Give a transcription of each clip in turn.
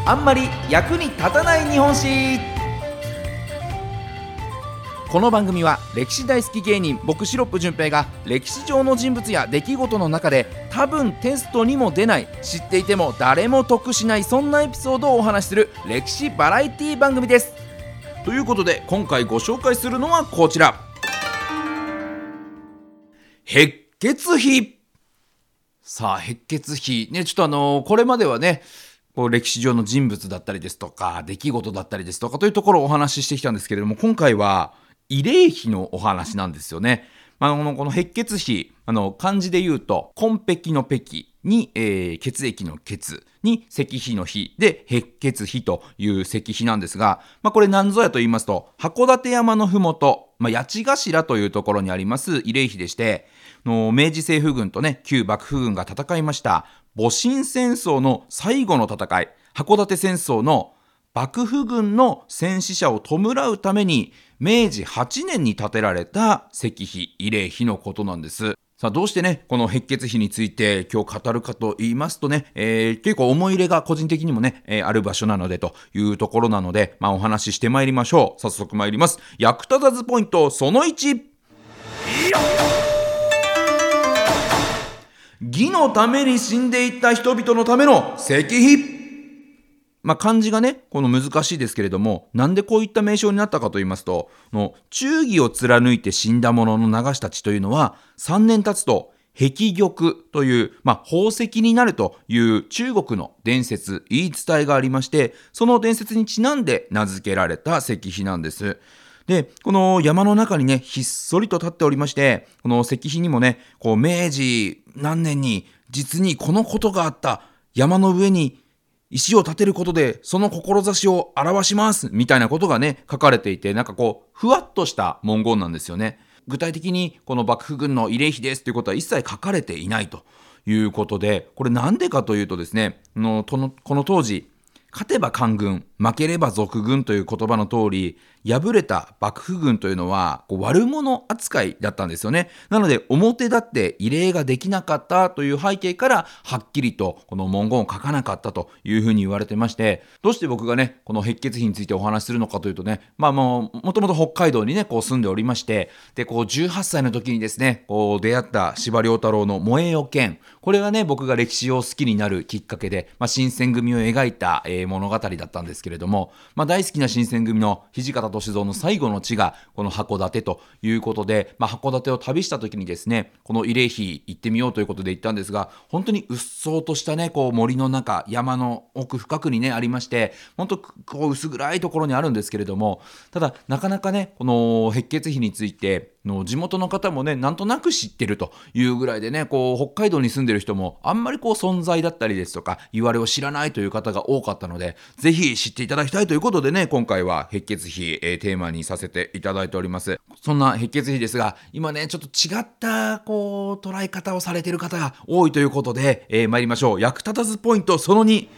あんまり役に立たない日本史。この番組は歴史大好き芸人僕シロップ純平が歴史上の人物や出来事の中で多分テストにも出ない、知っていても誰も得しない、そんなエピソードをお話しする歴史バラエティ番組です。ということで今回ご紹介するのはこちら、白血比。さあ、白血比ね、ちょっとこれまではね、歴史上の人物だったりですとか出来事だったりですとかというところをお話ししてきたんですけれども、今回は慰霊碑のお話なんですよね。この白血比、漢字で言うと紺碧の碧に、血液の血に石碑の碑で白血比という石碑なんですが、これ何ぞやと言いますと、函館山のふもと、八頭というところにあります慰霊碑でして、明治政府軍とね旧幕府軍が戦いました戊辰戦争の最後の戦い、函館戦争の幕府軍の戦死者を弔うために明治8年に建てられた石碑、慰霊碑のことなんです。さあ、どうしてねこの白血碑について今日語るかと言いますとね、結構思い入れが個人的にもね、ある場所なのでというところなので、お話ししてまいりましょう。早速参ります。役立たずポイントその1、義のために死んでいった人々のための石碑。漢字がねこの難しいですけれども、なんでこういった名称になったかと言いますと、忠義を貫いて死んだ者の流したちというのは3年経つと碧玉という、宝石になるという中国の伝説、言い伝えがありまして、その伝説にちなんで名付けられた石碑なんです。で、この山の中にねひっそりと立っておりまして、この石碑にもね明治何年に実にこのことがあった、山の上に石を建てることでその志を表しますみたいなことがね書かれていて、ふわっとした文言なんですよね。具体的にこの幕府軍の慰霊碑ですということは一切書かれていないということで、これなんでかというとですね、この当時勝てば官軍、負ければ賊軍という言葉の通り、敗れた幕府軍というのは悪者扱いだったんですよね。なので表立って慰霊ができなかったという背景から、はっきりとこの文言を書かなかったというふうに言われてまして、どうして僕がねこの白血碑についてお話しするのかというとね、もともと北海道にね住んでおりまして、で18歳の時にですね出会った司馬遼太郎の燃えよ剣、これがね僕が歴史を好きになるきっかけで、新選組を描いた、物語だったんですけれども、大好きな新選組の土方歳三の最後の地がこの函館ということで、函館を旅した時にですねこの慰霊碑行ってみようということで行ったんですが、本当にうっそうとしたね森の中、山の奥深くにねありまして、本当薄暗いところにあるんですけれども、ただなかなかねこの白血碑について地元の方もねなんとなく知ってるというぐらいでね、北海道に住んでる人もあんまり存在だったりですとか言われを知らないという方が多かったので、ぜひ知っていただきたいということでね、今回は白血碑、テーマにさせていただいております。そんな白血碑ですが、今ねちょっと違った捉え方をされている方が多いということで、参りましょう。役立たずポイントその2、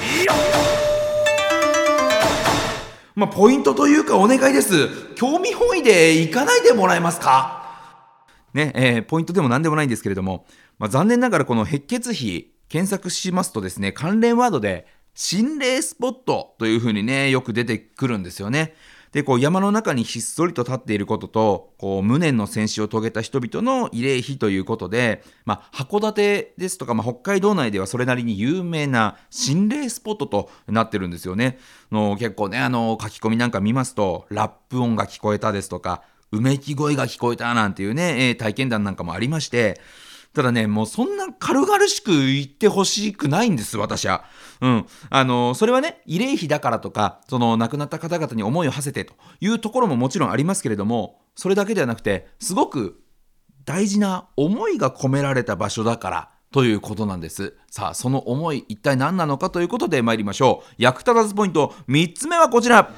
ポイントというかお願いです。興味本位で行かないでもらえますかね。ポイントでも何でもないんですけれども、残念ながらこの白血碑検索しますとですね、関連ワードで心霊スポットというふうにねよく出てくるんですよね。で山の中にひっそりと立っていることと、無念の戦死を遂げた人々の慰霊碑ということで、函館ですとか、北海道内ではそれなりに有名な心霊スポットとなってるんですよね。結構ね書き込みなんか見ますと、ラップ音が聞こえたですとか、うめき声が聞こえたなんていうね、体験談なんかもありまして、ただねもうそんな軽々しく言ってほしくないんです、私は。それはね慰霊碑だからとか、その亡くなった方々に思いを馳せてというところももちろんありますけれども、それだけではなくてすごく大事な思いが込められた場所だからということなんです。さあ、その思い一体何なのかということで参りましょう。役立たずポイント3つ目はこちら、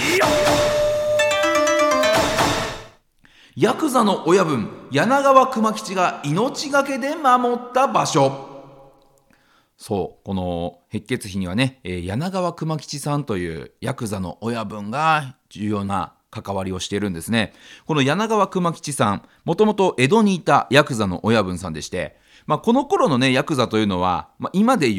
ヤクザの親分柳川熊吉が命がけで守った場所。そう、この白血碑にはね、柳川熊吉さんというヤクザの親分が重要な関わりをしているんですね。この柳川熊吉さん、もともと江戸にいたヤクザの親分さんでして、この頃のねヤクザというのは、今でいう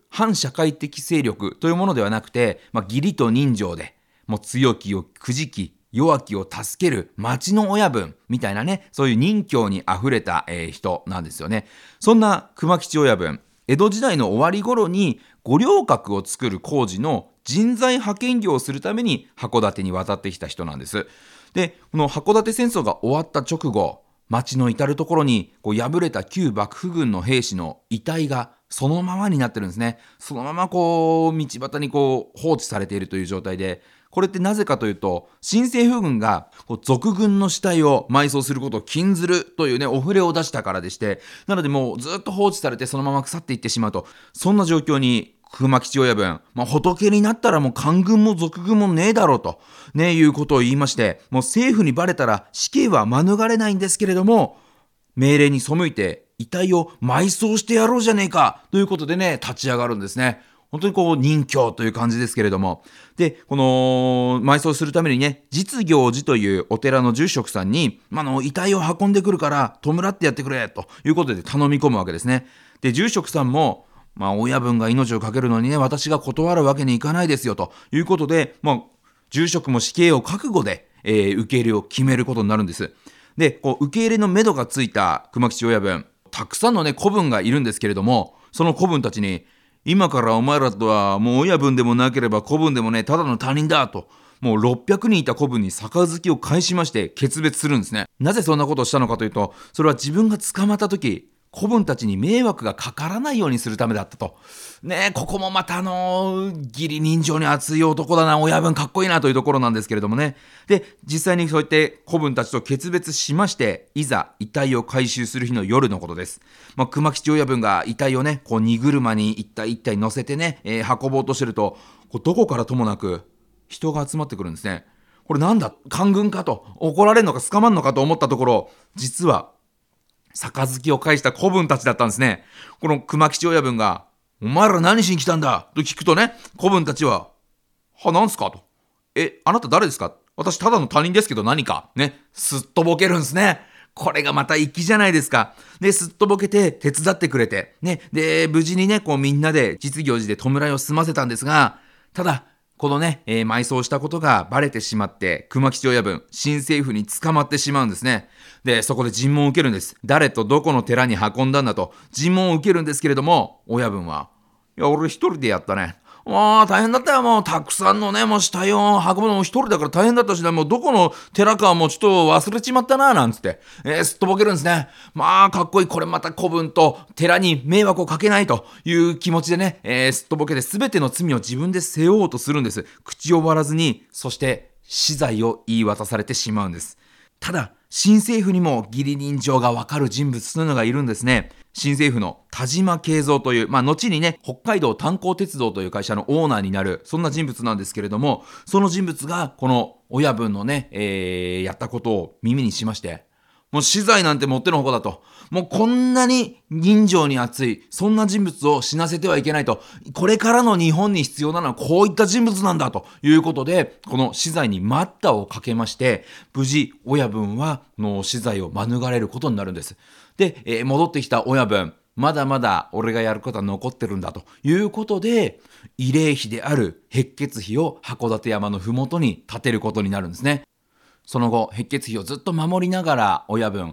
反社会的勢力というものではなくて、義理と人情でもう強きをくじき弱きを助ける町の親分みたいなね、そういう任侠にあふれた、人なんですよね。そんな熊吉親分、江戸時代の終わり頃に五稜郭を作る工事の人材派遣業をするために函館に渡ってきた人なんです。で、この函館戦争が終わった直後、町の至るところに敗れた旧幕府軍の兵士の遺体がそのままになってるんですね。そのまま道端に放置されているという状態で、これってなぜかというと、新政府軍が賊軍の死体を埋葬することを禁ずるというね、お触れを出したからでして、なのでもうずっと放置されてそのまま腐っていってしまうと、そんな状況に熊吉親分、仏になったらもう官軍も賊軍もねえだろうと、ね、いうことを言いまして、もう政府にバレたら死刑は免れないんですけれども、命令に背いて遺体を埋葬してやろうじゃねえかということでね、立ち上がるんですね。本当に任侠という感じですけれども、でこの埋葬するためにね、実行寺というお寺の住職さんに、遺体を運んでくるから弔ってやってくれということで頼み込むわけですね。で住職さんも、親分が命を懸けるのにね、私が断るわけにいかないですよということで、住職も死刑を覚悟で、受け入れを決めることになるんです。で受け入れの目処がついた熊吉親分、たくさんのね子分がいるんですけれども、その子分たちに、今からお前らとはもう親分でもなければ子分でもね、ただの他人だと、もう600人いた子分に杯を返しまして決別するんですね。なぜそんなことをしたのかというと、それは自分が捕まった時、子分たちに迷惑がかからないようにするためだったと。ね、ここもまた義理人情に熱い男だな、親分かっこいいなというところなんですけれどもね。で実際にそうやって子分たちと決別しまして、いざ遺体を回収する日の夜のことです。熊吉親分が遺体をね、荷車に一体一体乗せてね、運ぼうとしてると、どこからともなく人が集まってくるんですね。これなんだ、官軍かと、怒られるのか捕まるのかと思ったところ、実は杯を返した子分たちだったんですね。この熊吉親分が、お前ら何しに来たんだと聞くとね、子分たちは、なんすかと。あなた誰ですか、私ただの他人ですけど何かね、すっとぼけるんですね。これがまた粋じゃないですか。で、すっとぼけて手伝ってくれて、ね、で、無事にね、みんなで実行寺で弔いを済ませたんですが、ただ、このね、埋葬したことがバレてしまって、熊吉親分、新政府に捕まってしまうんですね。で、そこで尋問を受けるんです。誰とどこの寺に運んだんだと尋問を受けるんですけれども、親分は、いや、俺一人でやったね。大変だったよ。もうたくさんのね、もう死体を運ぶのも一人だから大変だったしね、もうどこの寺かはもうちょっと忘れちまったな、なんつって、すっとぼけるんですね。かっこいい。これまた子分と寺に迷惑をかけないという気持ちでね、すっとぼけて全ての罪を自分で背負おうとするんです。口を割らずに、そして死罪を言い渡されてしまうんです。ただ、新政府にも義理人情がわかる人物というのがいるんですね。新政府の田島慶三という、後にね、北海道炭鉱鉄道という会社のオーナーになる、そんな人物なんですけれども、その人物がこの親分のね、やったことを耳にしまして、もう死罪なんてもってのほかだと、もうこんなに人情に熱い、そんな人物を死なせてはいけないと、これからの日本に必要なのはこういった人物なんだということで、この死罪に待ったをかけまして、無事親分は死罪を免れることになるんです。で、戻ってきた親分、まだまだ俺がやることは残ってるんだということで、慰霊碑である碧血碑を函館山のふもとに建てることになるんですね。その後、碧血碑をずっと守りながら親分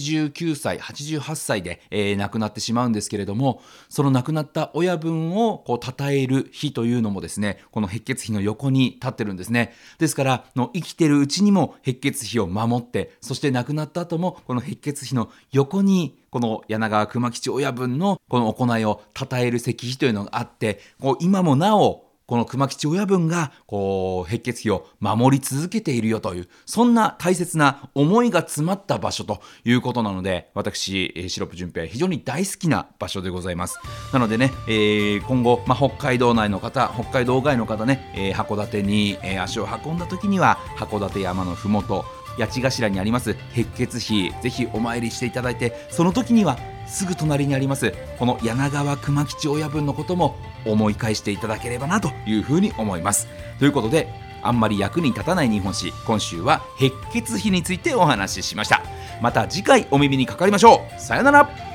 89歳、88歳で、亡くなってしまうんですけれども、その亡くなった親分を称える碑というのもですね、この碧血碑の横に立ってるんですね。ですから生きてるうちにも碧血碑を守って、そして亡くなった後もこの碧血碑の横にこの柳川熊吉親分のこの行いを称える石碑というのがあって、今もなおこの熊吉親分が碧血碑を守り続けているよという、そんな大切な思いが詰まった場所ということなので、私シロップ純平非常に大好きな場所でございます。なのでね、今後、北海道内の方、北海道外の方ね、函館に、足を運んだ時には函館山のふもと、八千頭にあります碧血碑、ぜひお参りしていただいて、その時にはすぐ隣にありますこの柳川熊吉親分のことも思い返していただければなというふうに思います。ということで、あんまり役に立たない日本史、今週は碧血碑についてお話ししました。また次回お耳にかかりましょう。さよなら。